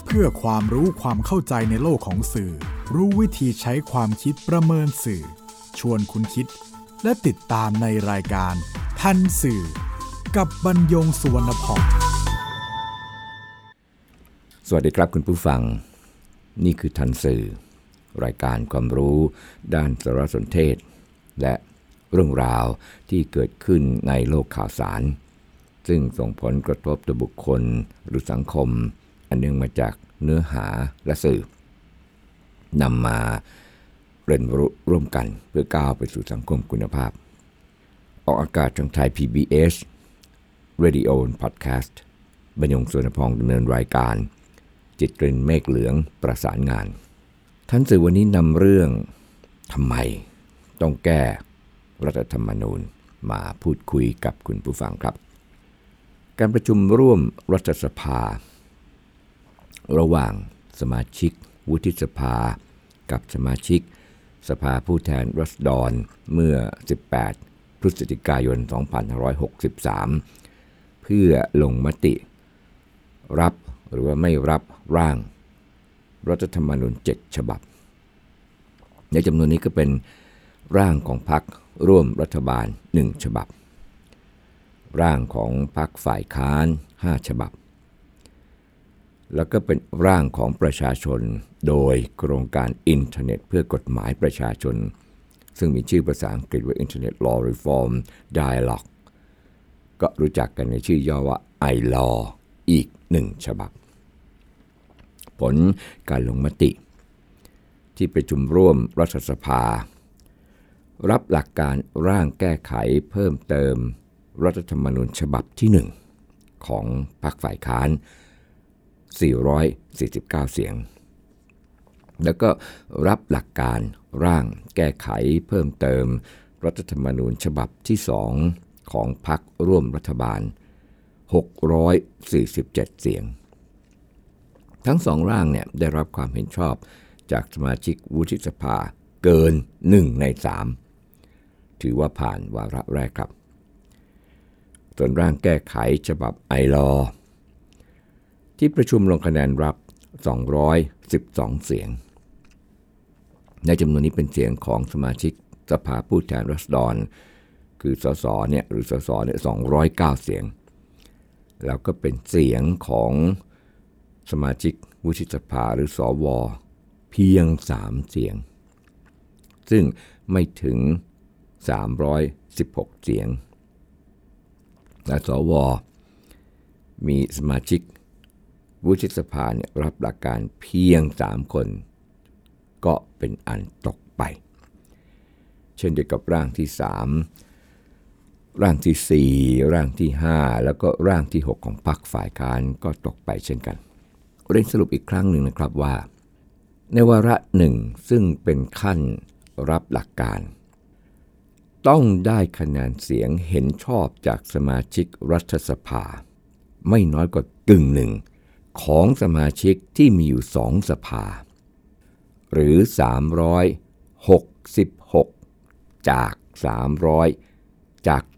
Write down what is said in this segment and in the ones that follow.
เพื่อความรู้ความเข้าใจในโลกของสื่อรู้วิธีใช้ความคิดประเมินสื่อชวนคุณคิดและติดตามในรายการทันสื่อกับบรรยงสุวรรณพรสวัสดีครับคุณผู้ฟังนี่คือทันสื่อรายการความรู้ด้านสารสนเทศและเรื่องราวที่เกิดขึ้นในโลกข่าวสารซึ่งส่งผลกระทบต่อบุคคลหรือสังคมอันเนื่องมาจากเนื้อหาและสื่อนำมาเรียนรู้ร่วมกันเพื่อก้าวไปสู่สังคมคุณภาพออกอากาศทางไทย PBS Radio Podcast บรรยงสุวรรณพงษ์ดำเนินรายการจิตกลิ่นเมฆเหลืองประสานงานท่านสื่อวันนี้นำเรื่องทำไมต้องแก้รัฐธรรมนูญมาพูดคุยกับคุณผู้ฟังครับการประชุมร่วมรัฐสภาระหว่างสมาชิกวุฒิสภากับสมาชิกสภาผู้แทนราษฎรเมื่อ18พฤศจิกายน2563เพื่อลงมติรับหรือว่าไม่รับร่างรัฐธรรมนูญ7ฉบับในจำนวนนี้ก็เป็นร่างของพรรคร่วมรัฐบาล1ฉบับร่างของพรรคฝ่ายค้าน5ฉบับแล้วก็เป็นร่างของประชาชนโดยโครงการอินเทอร์เน็ตเพื่อกฎหมายประชาชนซึ่งมีชื่อภาษาอังกฤษว่า Internet Law Reform Dialogue ก็รู้จักกันในชื่อย่อว่า iLaw อีก1ฉบับผลการลงมติที่ประชุมร่วมรัฐสภารับหลักการร่างแก้ไขเพิ่มเติมรัฐธรรมนูญฉบับที่1ของพรรคฝ่ายค้าน449เสียงแล้วก็รับหลักการร่างแก้ไขเพิ่มเติมรัฐธรรมนูญฉบับที่2ของพรรคร่วมรัฐบาล647เสียงทั้ง2ร่างเนี่ยได้รับความเห็นชอบจากสมาชิกวุฒิสภาเกิน1ใน3ถือว่าผ่านวาระแรกครับส่วนร่างแก้ไขฉบับiLawที่ประชุมลงคะแนนรับ212เสียงในจำนวนนี้เป็นเสียงของสมาชิกสภาผู้แทนราษฎรคือสสเนี่ยหรือสสเนี่ย209เสียงแล้วก็เป็นเสียงของสมาชิกวุฒิสภาหรือสวเพียง3เสียงซึ่งไม่ถึง316เสียงและสวมีสมาชิกวุฒิสภาเนี่ยรับหลักการเพียง3คนก็เป็นอันตกไปเช่นเดียวกับร่างที่3ร่างที่4ร่างที่5แล้วก็ร่างที่6ของพรรคฝ่ายค้านก็ตกไปเช่นกันเรียนสรุปอีกครั้งหนึ่งนะครับว่าในวาระ1ซึ่งเป็นขั้นรับหลักการต้องได้คะแนนเสียงเห็นชอบจากสมาชิกรัฐสภาไม่น้อยกว่ากึ่งหนึ่งของสมาชิกที่มีอยู่2สภาหรือ366จาก300จาก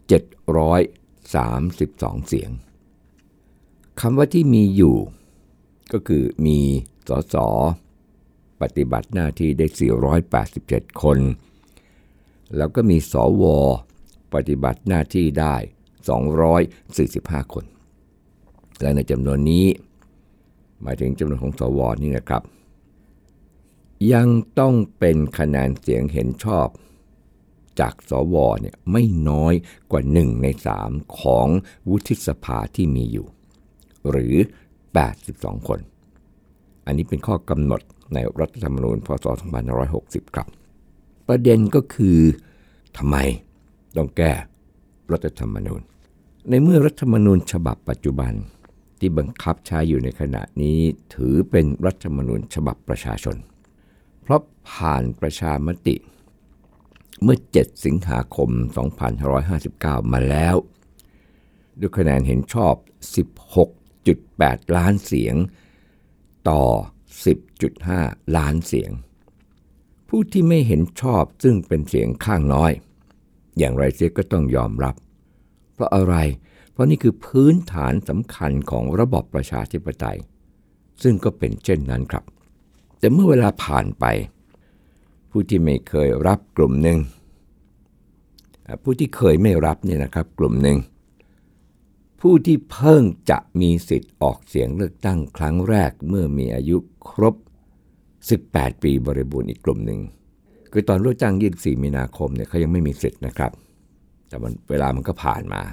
732เสียงคำว่าที่มีอยู่ก็คือมีสสปฏิบัติหน้าที่ได้487คนแล้วก็มีสวปฏิบัติหน้าที่ได้245คนและในจำนวนนี้หมายถึงจำนวนของสวนี่นะครับยังต้องเป็นคะแนนเสียงเห็นชอบจากสวเนี่ยไม่น้อยกว่า1ใน3ของวุฒิสภาที่มีอยู่หรือ82คนอันนี้เป็นข้อกำหนดในรัฐธรรมนูญพ.ศ. 2560ครับประเด็นก็คือทำไมต้องแก้รัฐธรรมนูญในเมื่อรัฐธรรมนูญฉบับปัจจุบันที่บังคับใช้อยู่ในขณะนี้ถือเป็นรัฐธรรมนูญฉบับประชาชนเพราะผ่านประชามติเมื่อ7สิงหาคม2559มาแล้วด้วยคะแนนเห็นชอบ 16.8 ล้านเสียงต่อ 10.5 ล้านเสียงผู้ที่ไม่เห็นชอบซึ่งเป็นเสียงข้างน้อยอย่างไรเสียก็ต้องยอมรับเพราะอะไรเพราะนี่คือพื้นฐานสำคัญของระบอบประชาธิปไตยซึ่งก็เป็นเช่นนั้นครับแต่เมื่อเวลาผ่านไปผู้ที่ไม่เคยรับกลุ่มหนึ่งผู้ที่เคยไม่รับเนี่ยนะครับกลุ่มหนึ่งผู้ที่เพิ่งจะมีสิทธิ์ออกเสียงเลือกตั้งครั้งแรกเมื่อมีอายุครบ18 ปีบริบูรณ์อีกกลุ่มหนึ่งคือตอนเลือกตั้ง24 มีนาคมเนี่ยเขายังไม่มีสิทธิ์นะครับแต่เวลามันก็ผ่านมา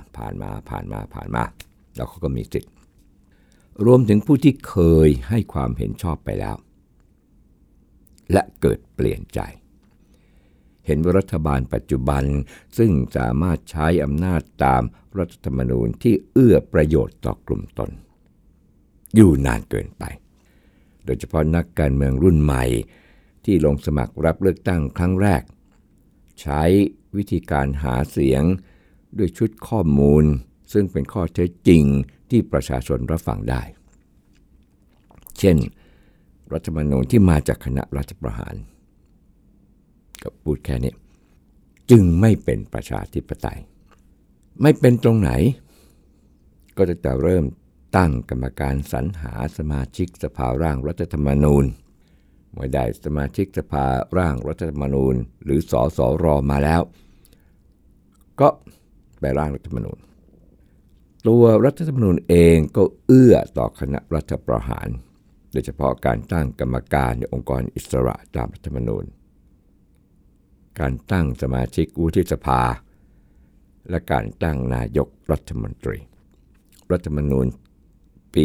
แล้วเขาก็มีสิทธิ์รวมถึงผู้ที่เคยให้ความเห็นชอบไปแล้วและเกิดเปลี่ยนใจเห็นว่ารัฐบาลปัจจุบันซึ่งสามารถใช้อำนาจตามรัฐธรรมนูญที่เอื้อประโยชน์ต่อกลุ่มตนอยู่นานเกินไปโดยเฉพาะนักการเมืองรุ่นใหม่ที่ลงสมัครรับเลือกตั้งครั้งแรกใช้วิธีการหาเสียงด้วยชุดข้อมูลซึ่งเป็นข้อเท็จจริงที่ประชาชนรับฟังได้เช่นรัฐธรรมนูญที่มาจากคณะรัฐประหารกับพูดแค่นี้จึงไม่เป็นประชาธิปไตยไม่เป็นตรงไหนก็จะเริ่มตั้งกรรมการสรรหาสมาชิกสภาร่างรัฐธรรมนูญเมื่อได้สมาชิกสภาร่างรัฐธรรมนูญหรือสสรมาแล้วก็ไปร่างรัฐธรรมนูญตัวรัฐธรรมนูญเองก็เอื้อต่อคณะรัฐประหารโดยเฉพาะการตั้งกรรมการในองค์กรอิสระตามรัฐธรรมนูญการตั้งสมาชิกวุฒิสภาและการตั้งนายกรัฐมนตรีรัฐธรรมนูญปี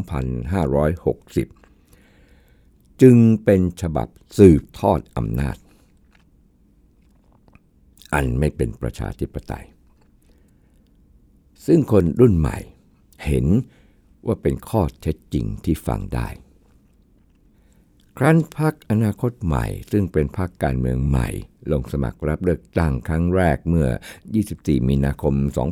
2560 จึงเป็นฉบับสืบทอดอำนาจอันไม่เป็นประชาธิปไตยซึ่งคนรุ่นใหม่เห็นว่าเป็นข้อเท็จจริงที่ฟังได้ครั้นพรรคอนาคตใหม่ซึ่งเป็นพรรคการเมืองใหม่ลงสมัครรับเลือกตั้งครั้งแรกเมื่อ 24 มีนาคม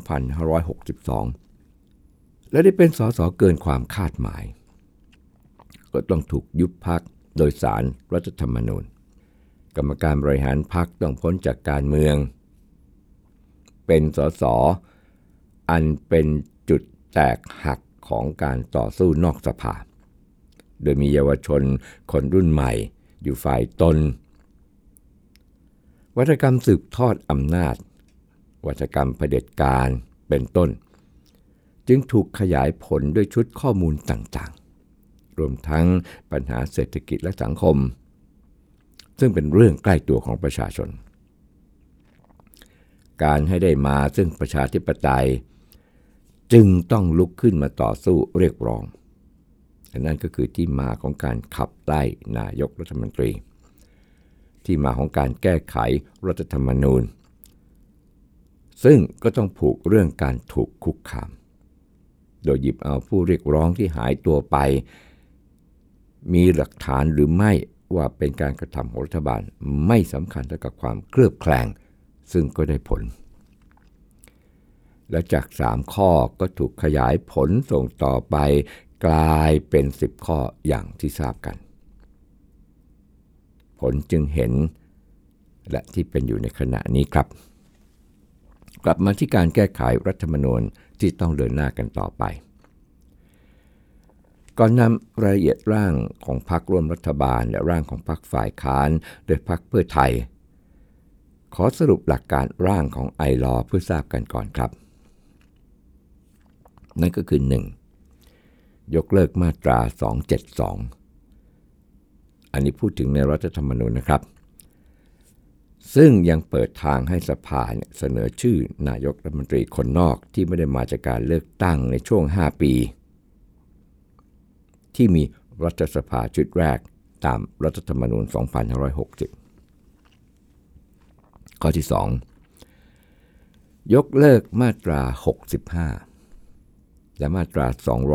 2562 และได้เป็นสสเกินความคาดหมายก็ต้องถูกยุบพรรคโดยศาลรัฐธรรมนูญกรรมการบริหารพรรคต้องพ้นจากการเมืองเป็นสสอันเป็นจุดแตกหักของการต่อสู้นอกสภาโดยมีเยาวชนคนรุ่นใหม่อยู่ฝ่ายตนวัฒกรรมสืบทอดอำนาจวัฒกรรมเผด็จการเป็นต้นจึงถูกขยายผลด้วยชุดข้อมูลต่างๆรวมทั้งปัญหาเศรษฐกิจและสังคมซึ่งเป็นเรื่องใกล้ตัวของประชาชนการให้ได้มาซึ่งประชาธิปไตยจึงต้องลุกขึ้นมาต่อสู้เรียกร้องนั่นก็คือที่มาของการขับไล่นายกรัฐมนตรีที่มาของการแก้ไขรัฐธรรมนูญซึ่งก็ต้องผูกเรื่องการถูกคุกคามโดยหยิบเอาผู้เรียกร้องที่หายตัวไปมีหลักฐานหรือไม่ว่าเป็นการกระทำของรัฐบาลไม่สำคัญเท่ากับความเคลือบแคลงซึ่งก็ได้ผลและจาก3ข้อก็ถูกขยายผลส่งต่อไปกลายเป็น10ข้ออย่างที่ทราบกันผลจึงเห็นและที่เป็นอยู่ในขณะนี้ครับกลับมาที่การแก้ไขรัฐธรรมนูญที่ต้องเดินหน้ากันต่อไปก่อนนำรายละเอียดร่างของพรรคร่วมรัฐบาลและร่างของพรรคฝ่ายค้านโดยพรรคเพื่อไทยขอสรุปหลักการร่างของไอลอเพื่อทราบกันก่อนครับนั่นก็คือ 1. ยกเลิกมาตรา 272 อันนี้พูดถึงในรัฐธรรมนูญนะครับซึ่งยังเปิดทางให้สภาเสนอชื่อนายกรัฐมนตรีคนนอกที่ไม่ได้มาจากการเลือกตั้งในช่วง5 ปีที่มีรัฐสภาชุดแรกตามรัฐธรรมนูญ 2560 ข้อที่ 2. ยกเลิกมาตรา 65 และมาตรา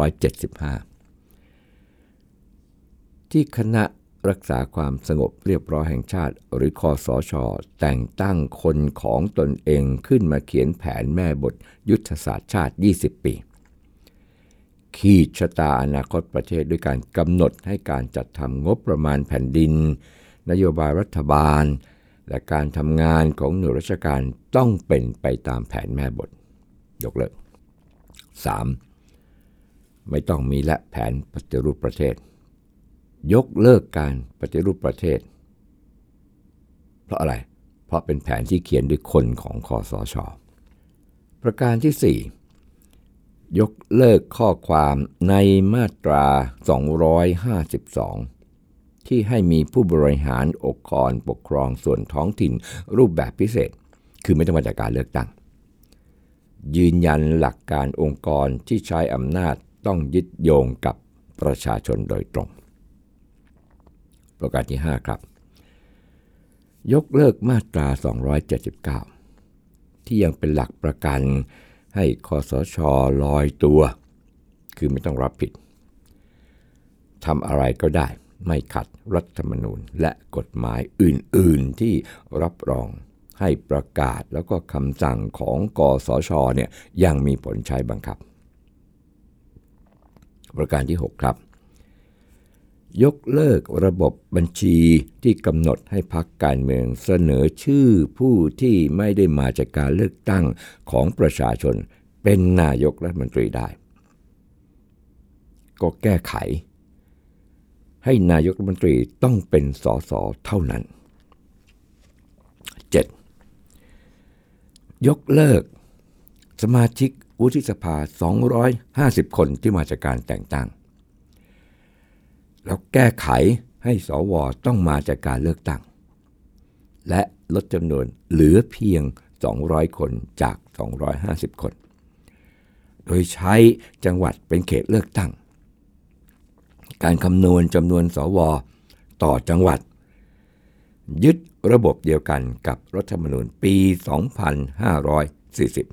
275 ที่คณะรักษาความสงบเรียบร้อยแห่งชาติหรือคสช.แต่งตั้งคนของตนเองขึ้นมาเขียนแผนแม่บทยุทธศาสตร์ชาติ 20 ปีขีดชะตาอนาคตประเทศด้วยการกำหนดให้การจัดทำงบประมาณแผ่นดินนโยบายรัฐบาลและการทำงานของหน่วยราชการต้องเป็นไปตามแผนแม่บทยกเลิก 3. ไม่ต้องมีและแผนปฏิรูปประเทศยกเลิกการปฏิรูปประเทศเพราะอะไรเพราะเป็นแผนที่เขียนด้วยคนของคสช.ประการที่4ยกเลิกข้อความในมาตรา252ที่ให้มีผู้บริหารองค์กรปกครองส่วนท้องถิ่นรูปแบบพิเศษคือไม่ต้องมาจากการเลือกตั้งยืนยันหลักการองค์กรที่ใช้อำนาจต้องยึดโยงกับประชาชนโดยตรงประการที่5ครับยกเลิกมาตรา279ที่ยังเป็นหลักประกันให้คสช.ลอยตัวคือไม่ต้องรับผิดทำอะไรก็ได้ไม่ขัดรัฐธรรมนูญและกฎหมายอื่นๆที่รับรองให้ประกาศแล้วก็คำสั่งของกสช.เนี่ยยังมีผลใช้บังคับประการที่6ครับยกเลิกระบบบัญชีที่กำหนดให้พรรคการเมืองเสนอชื่อผู้ที่ไม่ได้มาจากการเลือกตั้งของประชาชนเป็นนายกรัฐมนตรีได้ก็แก้ไขให้นายกรัฐมนตรีต้องเป็นสสเท่านั้น 7. ยกเลิกสมาชิกวุฒิสภา250คนที่มาจากการแต่งตั้งแล้วแก้ไขให้สวต้องมาจากการเลือกตั้งและลดจำนวนเหลือเพียง200คนจาก250คนโดยใช้จังหวัดเป็นเขตเลือกตั้งการคำนวณจำนวนสวต่อจังหวัดยึดระบบเดียวกันกับรัฐธรรมนูญปี2540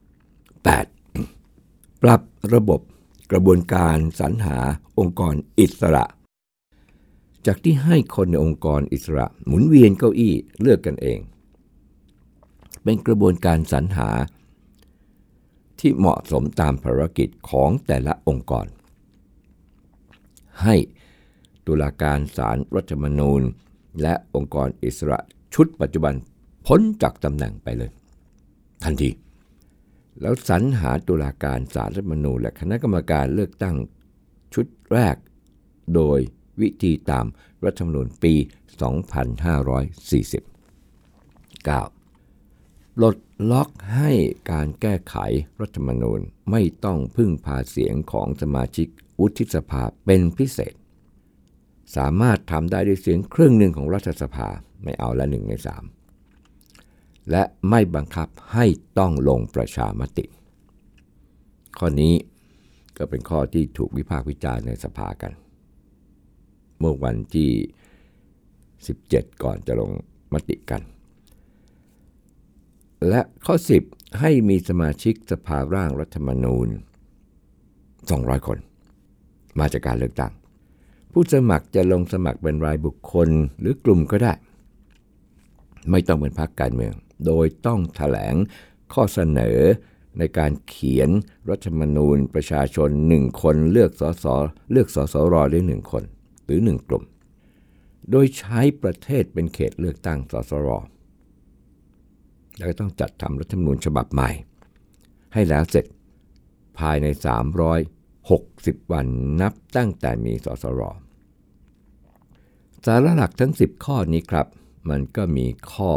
8. ปรับระบบกระบวนการสรรหาองค์กรอิสระจากที่ให้คนในองค์กรอิสระหมุนเวียนเก้าอี้เลือกกันเองเป็นกระบวนการสรรหาที่เหมาะสมตามภารกิจของแต่ละองค์กรให้ตุลาการศาลรัฐธรรมนูญและองค์กรอิสระชุดปัจจุบันพ้นจากตำแหน่งไปเลยทันทีแล้วสรรหาตุลาการศาลรัฐธรรมนูญและคณะกรรมการเลือกตั้งชุดแรกโดยวิธีตามรัฐธรรมนูญปี2540 9. ปลดล็อกให้การแก้ไขรัฐธรรมนูญไม่ต้องพึ่งพาเสียงของสมาชิกวุฒิสภาเป็นพิเศษสามารถทำได้ด้วยเสียงครึ่งหนึ่งของรัฐสภาไม่เอาละ1 ใน 3และไม่บังคับให้ต้องลงประชามติข้อนี้ก็เป็นข้อที่ถูกวิพากษ์วิจารณ์ในสภากันเมื่อวันที่17ก่อนจะลงมติกันและข้อ10ให้มีสมาชิกสภาร่างรัฐธรรมนูญ200คนมาจากการเลือกตั้งผู้สมัครจะลงสมัครเป็นรายบุคคลหรือกลุ่มก็ได้ไม่ต้องเป็นพรรคการเมืองโดยต้องแถลงข้อเสนอในการเขียนรัฐธรรมนูญประชาชน1คนเลือกสสรได้1คนหรือ1กลุ่มโดยใช้ประเทศเป็นเขตเลือกตั้งสสรแล้วต้องจัดทำรัฐธรรมนูญฉบับใหม่ให้แล้วเสร็จภายใน360วันนับตั้งแต่มีสสรสาระหลักทั้ง10ข้อนี้ครับมันก็มีข้อ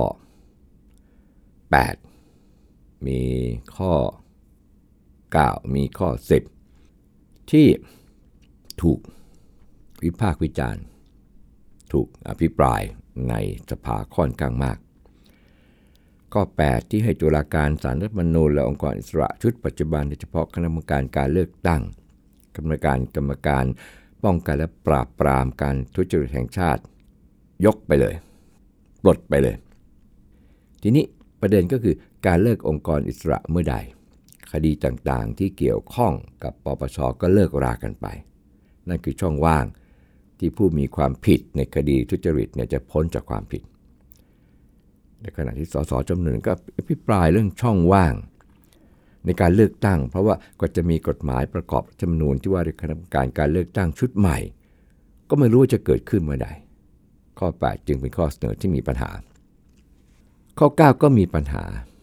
8มีข้อ9มีข้อ10ที่ถูกวิพากษ์วิจารณ์ถูกอภิปรายในสภาค่อนข้างมากข้อ8ที่ให้ตุลาการศาลรัฐธรรมนูญและองค์กรอิสระชุดปัจจุบันโดยเฉพาะคณะกรรมการการเลือกตั้งกรรมการป้องกันและปราบปรามการทุจริตแห่งชาติยกไปเลยปลดไปเลยทีนี้ประเด็นก็คือการเลิกองค์กรอิสระเมื่อใดคดีต่างๆที่เกี่ยวข้องกับปปชก็เลิกรากันไปนั่นคือช่องว่างที่ผู้มีความผิดในคดีทุจริตเนี่ยจะพ้นจากความผิดในขณะที่สสจำนวนก็อภิปรายเรื่องช่องว่างในการเลือกตั้งเพราะว่าก็จะมีกฎหมายประกอบรัฐธรรมนูญที่ว่าด้วยคณะกรรมการการเลือกตั้งชุดใหม่ก็ไม่รู้ว่าจะเกิดขึ้นเมื่อใดข้อ8จึงเป็นข้อเสนอที่มีปัญหาข้อ9ก็มีปัญหา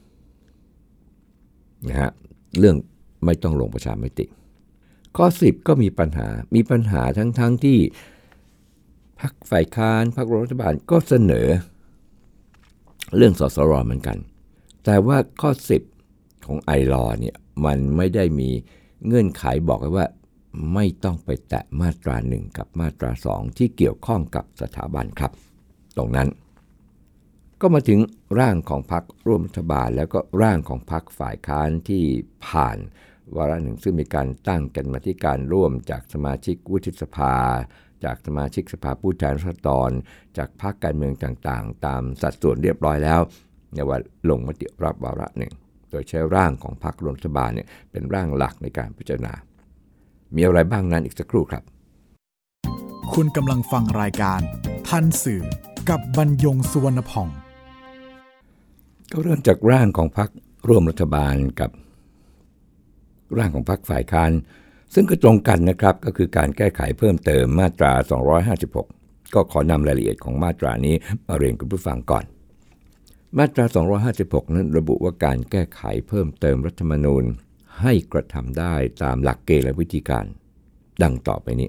นะฮะเรื่องไม่ต้องลงประชามติข้อ10ก็มีปัญหาทั้งที่พรรคฝ่ายค้านพรรครัฐบาลก็เสนอเรื่องสสรเหมือนกันแต่ว่าข้อ10ของไอลอเนี่ยมันไม่ได้มีเงื่อนไขบอกไว้ว่าไม่ต้องไปแตะมาตรา1กับมาตรา2ที่เกี่ยวข้องกับสถาบันครับตรงนั้นก็มาถึงร่างของพรรคร่วมรัฐบาลแล้วก็ร่างของพรรคฝ่ายค้านที่ผ่านวาระหนึ่งซึ่งมีการตั้งกรรมาธิการร่วมจากสมาชิกวุฒิสภาจากสมาชิกสภาผู้แทนราษฎรจากพรรคการเมืองต่างๆตามสัดส่วนเรียบร้อยแล้วในว่าลงมติรับวาระหนึ่งโดยใช้ร่างของพรรคร่วมรัฐบาลเนี่ยเป็นร่างหลักในการพิจารณามีอะไรบ้างนั้นอีกสักครู่ครับคุณกำลังฟังรายการทันสื่อกับบรรยงสุวรรณผ่องก็เริ่มจากร่างของพรรคร่วมรัฐบาลกับร่างของพรรคฝ่ายค้านซึ่งก็ตรงกันนะครับก็คือการแก้ไขเพิ่มเติมมาตรา256ก็ขอนำรายละเอียดของมาตรานี้มาเรียนคุณผู้ฟังก่อนมาตรา256นั้นระบุว่าการแก้ไขเพิ่มเติมรัฐธรรมนูญให้กระทำได้ตามหลักเกณฑ์และวิธีการดังต่อไปนี้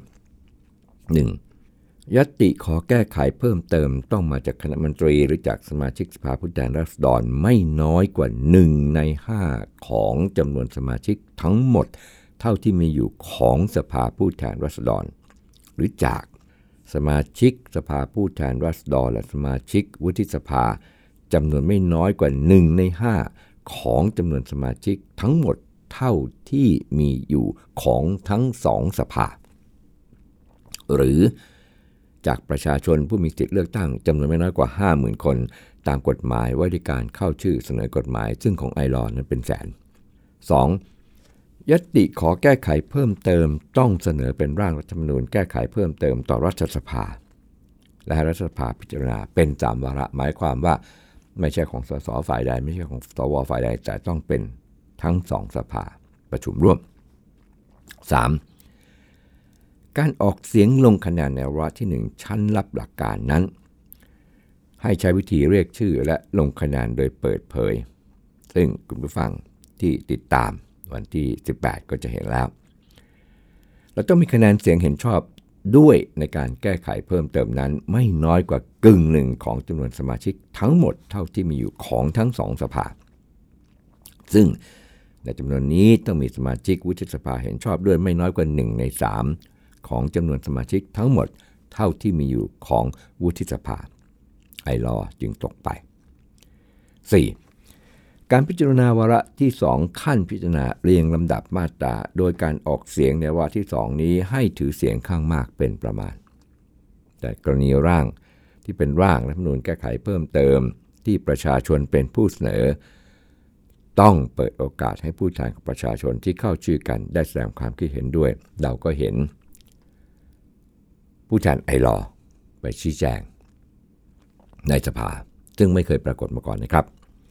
1. ญัตติขอแก้ไขเพิ่มเติมต้องมาจากคณะมนตรีหรือจากสมาชิกสภาผู้แทนราษฎรไม่น้อยกว่า1ใน5ของจำนวนสมาชิกทั้งหมดเท่าที่มีอยู่ของสภาผู้แทนราษฎรหรือจากสมาชิกสภาผู้แทนราษฎรและสมาชิกวุฒิสภาจำนวนไม่น้อยกว่า1ใน5ของจำนวนสมาชิกทั้งหมดเท่าที่มีอยู่ของทั้ง2สภาหรือจากประชาชนผู้มีสิทธิเลือกตั้งจำนวนไม่น้อยกว่า 50,000 คนตามกฎหมายว่าด้วยการเข้าชื่อเสนอกฎหมายซึ่งของไอลอนั้นเป็นแสน 2. ญัตติขอแก้ไขเพิ่มเติมต้องเสนอเป็นร่างรัฐธรรมนูญแก้ไขเพิ่มเติมต่อรัฐสภาและรัฐสภาพิจารณาเป็น3วาระหมายความว่าไม่ใช่ของสสฝ่ายใดไม่ใช่ของสวฝ่ายใดแต่ต้องเป็นทั้ง2สภาประชุมร่วม 3. การออกเสียงลงคะแนนในวาระที่1ชั้นรับหลักการนั้นให้ใช้วิธีเรียกชื่อและลงคะแนนโดยเปิดเผยซึ่งคุณผู้ฟังที่ติดตามวันที่18ก็จะเห็นแล้วเราต้องมีคะแนนเสียงเห็นชอบด้วยในการแก้ไขเพิ่มเติมนั้นไม่น้อยกว่ากึ่งหนึ่งของจำนวนสมาชิกทั้งหมดเท่าที่มีอยู่ของทั้ง2สภาซึ่งในจำนวนนี้ต้องมีสมาชิกวุฒิสภาเห็นชอบด้วยไม่น้อยกว่า1ใน3ของจำนวนสมาชิกทั้งหมดเท่าที่มีอยู่ของวุฒิสภาไอลอจึงตกไป 4. การพิจารณาวาระที่2ขั้นพิจารณาเรียงลำดับมาตราโดยการออกเสียงในวาระที่2นี้ให้ถือเสียงข้างมากเป็นประมาณแต่กรณีร่างที่เป็นร่างรัฐธรรมนูญแก้ไขเพิ่มเติมที่ประชาชนเป็นผู้เสนอต้องเปิดโอกาสให้ผู้แทนของประชาชนที่เข้าชื่อกันได้แสดงความคิดเห็นด้วยเราก็เห็นผู้แทนไอลอไปชี้แจงในสภาซึ่งไม่เคยปรากฏมาก่อนนะครับ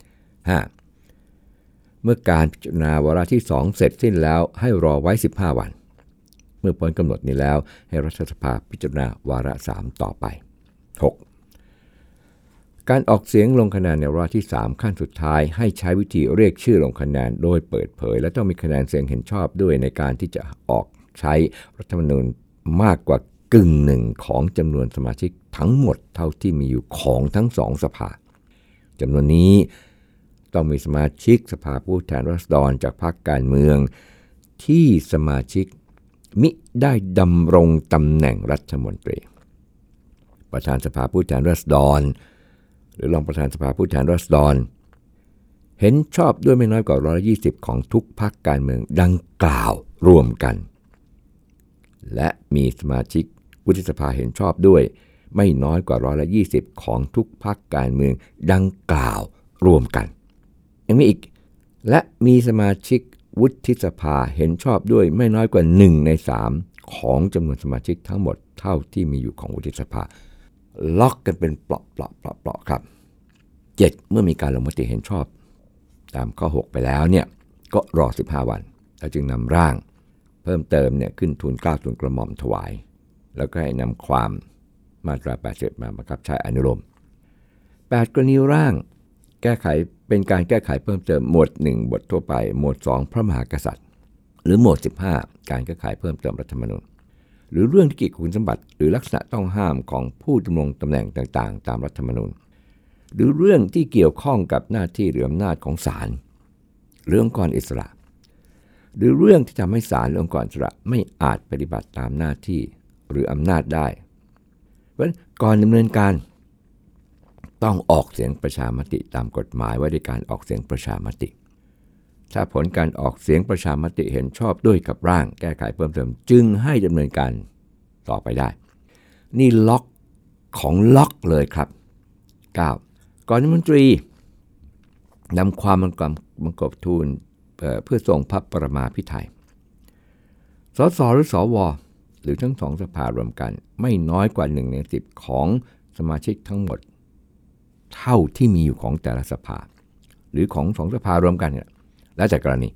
5. เมื่อการพิจารณาวาระที่2เสร็จสิ้นแล้วให้รอไว้15วันเมื่อพ้นกำหนดนี้แล้วให้รัฐสภาพิจารณาวาระ3ต่อไป 6. การออกเสียงลงคะแนนในวาระที่3ขั้นสุดท้ายให้ใช้วิธีเรียกชื่อลงคะแนนโดยเปิดเผยและต้องมีคะแนนเสียงเห็นชอบด้วยในการที่จะออกใช้รัฐธรรมนูญมากกว่ากึ่งหนึ่งของจำนวนสมาชิกทั้งหมดเท่าที่มีอยู่ของทั้ง2สภาจำนวนนี้ต้องมีสมาชิกสภาผู้แทนราษฎรจากพรรคการเมืองที่สมาชิกมิได้ดำรงตำแหน่งรัฐมนตรีประธานสภาผู้แทนราษฎรหรือรองประธานสภาผู้แทนราษฎรเห็นชอบด้วยไม่น้อยกว่า120ของทุกพรรคการเมืองดังกล่าวรวมกันและมีสมาชิกวุฒิสภาเห็นชอบด้วยไม่น้อยกว่า120ของทุกพรรคการเมืองดังกล่าวรวมกันยังมีอีกและมีสมาชิกวุฒิสภาเห็นชอบด้วยไม่น้อยกว่า1ใน3ของจำนวนสมาชิกทั้งหมดเท่าที่มีอยู่ของวุฒิสภาล็อกกันเป็นเปลาะครับ 7. เมื่อมีการลงมติเห็นชอบตามข้อ6ไปแล้วเนี่ยก็รอ15วันแล้วจึงนำร่างเพิ่มเติมเนี่ยขึ้นทูลเกล้าทูลกระหม่อมถวายแล้วก็ให้นำความมาตรา80มาบังคับใช้อนุโลม 8. กรณีร่างแก้ไขเป็นการแก้ไขเพิ่มเติมหมวด1บททั่วไปหมวด2พระมหากษัตริย์หรือหมวด15การแก้ไขเพิ่มเติมรัฐธรรมนูญหรือเรื่องที่เกี่ยวกับคุณสมบัติหรือลักษณะต้องห้ามของผู้ดำรงตำแหน่งต่างๆตามรัฐธรรมนูญหรือเรื่องที่เกี่ยวข้องกับหน้าที่หรืออำนาจของศาลหรือองค์กรอิสระหรือเรื่องที่ทำให้ศาลหรือองค์กรอิสระไม่อาจปฏิบัติตามหน้าที่หรืออำนาจได้เพราะฉะนั้นก่อนดำเนินการต้องออกเสียงประชามติตามกฎหมายว่าด้วยการออกเสียงประชามติถ้าผลการออกเสียงประชามติเห็นชอบด้วยกับร่างแก้ไขเพิ่มเติมจึงให้ดำเนินการต่อไปได้นี่ล็อกของล็อกเลยครับ 9. ก่อนรัฐมนตรีนำความบังกบทูลเพื่อส่งพระประมาภิไธยสสหรือสวหรือทั้งสองสภารวมกันไม่น้อยกว่า1 ใน 10ของสมาชิกทั้งหมดเท่าที่มีอยู่ของแต่ละสภาหรือของ2สภารวมกันเนี่ยแล้วแต่กรณี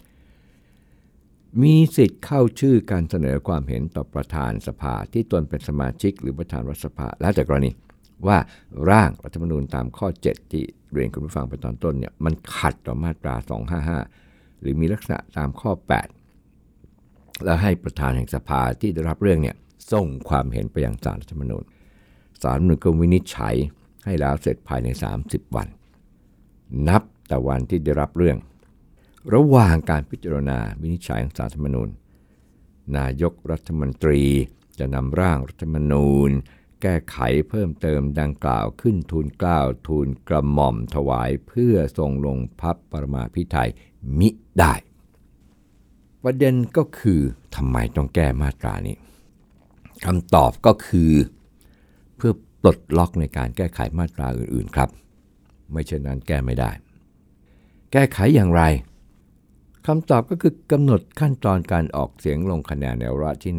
มีสิทธิ์เข้าชื่อการเสนอความเห็นต่อประธานสภาที่ตนเป็นสมาชิกหรือประธานรัฐสภาแล้วแต่กรณีว่าร่างรัฐธรรมนูญตามข้อ 7 ที่เรียนคุณผู้ฟังไปตอนต้นเนี่ยมันขัดต่อมาตรา 255หรือมีลักษณะตามข้อ 8แล้วให้ประธานแห่งสภาที่ได้รับเรื่องเนี่ยส่งความเห็นไปยังศาลรัฐธรรมนูญศาลรัฐธรรมนูญก็วินิจฉัยให้แล้วเสร็จภายใน30 วันนับแต่วันที่ได้รับเรื่องระหว่างการพิจารณาวินิจฉัยของศาลรัฐธรรมนูญนายกรัฐมนตรีจะนำร่างรัฐธรรมนูญแก้ไขเพิ่มเติมดังกล่าวขึ้นทูลเกล้าทูลกระหม่อมถวายเพื่อทรงลงพระปรมาภิไธยมิได้ประเด็นก็คือทำไมต้องแก้มาตรานี้คำตอบก็คือเพื่อปลดล็อกในการแก้ไขมาตราอื่นๆครับไม่เช่นนั้นแก้ไม่ได้แก้ไขอย่างไรคำตอบก็คือกำหนดขั้นตอนการออกเสียงลงคะแนนในวาระที่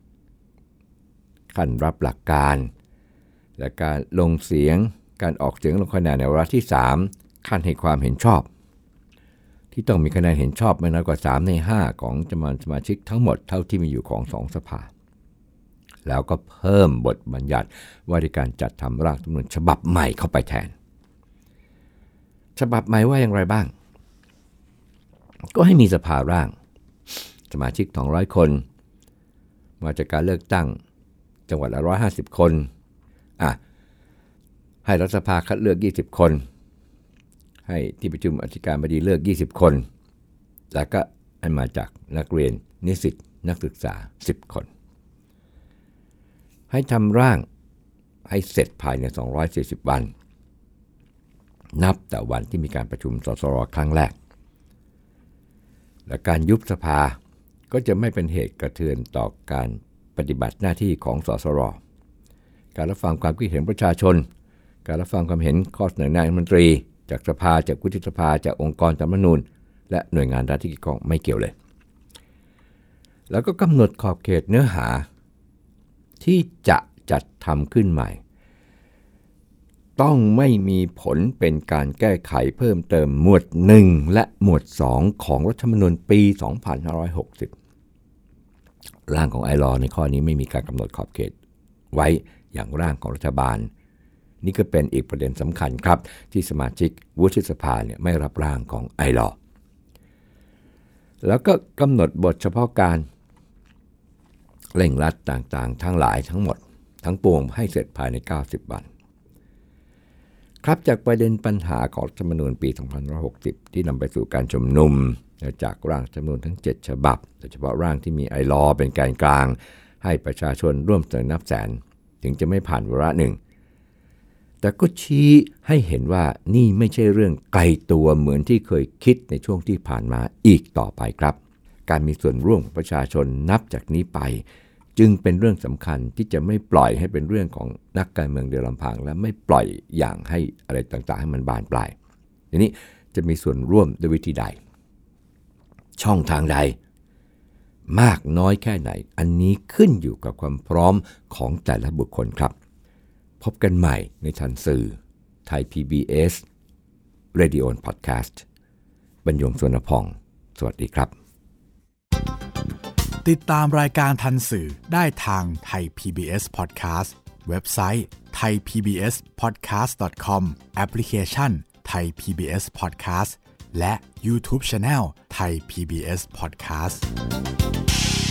1ขั้นรับหลักการและการลงเสียงการออกเสียงลงคะแนนในวาระที่3ขั้นให้ความเห็นชอบที่ต้องมีคะแนนเห็นชอบไม่น้อยกว่า3 ใน 5ของจำนวนสมาชิกทั้งหมดเท่าที่มีอยู่ของ2สภาแล้วก็เพิ่มบทบัญญัติว่าด้วยการจัดทำร่างรัฐธรรมนูญฉบับใหม่เข้าไปแทนฉบับใหม่ว่าอย่างไรบ้างก็ให้มีสภาร่างสมาชิก200คนมาจากการเลือกตั้งจังหวัดละ150คนให้รัฐสภาคัดเลือก20คนให้ที่ประชุมอธิการบดีเลือก20คนแล้วก็ให้มาจากนักเรียนนิสิตนักศึกษา10คนให้ทำร่างให้เสร็จภายใน240วันนับแต่วันที่มีการประชุมสสรครั้งแรกและการยุบสภาก็จะไม่เป็นเหตุกระเทือนต่อการปฏิบัติหน้าที่ของสสรการรับฟังความคิดเห็นประชาชนการรับฟังความเห็นข้อเสนอนายกรัฐมนตรีจากสภาจากวุฒิสภาจากองค์กรตามรัฐธรรมนูญและหน่วยงานรัฐที่เกี่ยวข้องไม่เกี่ยวเลยแล้วก็กำหนดขอบเขตเนื้อหาที่จะจัดทำขึ้นใหม่ต้องไม่มีผลเป็นการแก้ไขเพิ่มเติมหมวด1และหมวด2ของรัฐธรรมนูญปี2560ร่างของไอลอในข้อนี้ไม่มีการกำหนดขอบเขตไว้อย่างร่างของรัฐบาลนี่ก็เป็นอีกประเด็นสำคัญครับที่สมาชิกวุฒิสภาเนี่ยไม่รับร่างของไอลอแล้วก็กำหนดบทเฉพาะการเร่งรัดต่างๆทั้งหลายทั้งหมดทั้งปวงให้เสร็จภายใน90 วันครับจากประเด็นปัญหาของรัฐธรรมนูญปี2560ที่นำไปสู่การชุมนุมจากร่างรัฐธรรมนูญทั้ง7ฉบับโดยเฉพาะร่างที่มีไอลอเป็นแกนกลางให้ประชาชนร่วมเสนอนับแสนถึงจะไม่ผ่านวาระหนึ่งแต่ก็ชี้ให้เห็นว่านี่ไม่ใช่เรื่องไกลตัวเหมือนที่เคยคิดในช่วงที่ผ่านมาอีกต่อไปครับการมีส่วนร่วมของประชาชนนับจากนี้ไปจึงเป็นเรื่องสำคัญที่จะไม่ปล่อยให้เป็นเรื่องของนักการเมืองเดียวลำพังและไม่ปล่อยอย่างให้อะไรต่างๆให้มันบานปลายทีนี้จะมีส่วนร่วมด้วยวิธีใดช่องทางใดมากน้อยแค่ไหนอันนี้ขึ้นอยู่กับความพร้อมของแต่ละบุคคลครับพบกันใหม่ในทันสื่อไทย PBS Radio Podcast บรรยงสุวรรณพองสวัสดีครับติดตามรายการทันสื่อได้ทางไทย PBS Podcast เว็บไซต์ thaipbspodcast.com แอปพลิเคชัน Thai PBS Podcast และ YouTube Channel Thai PBS Podcast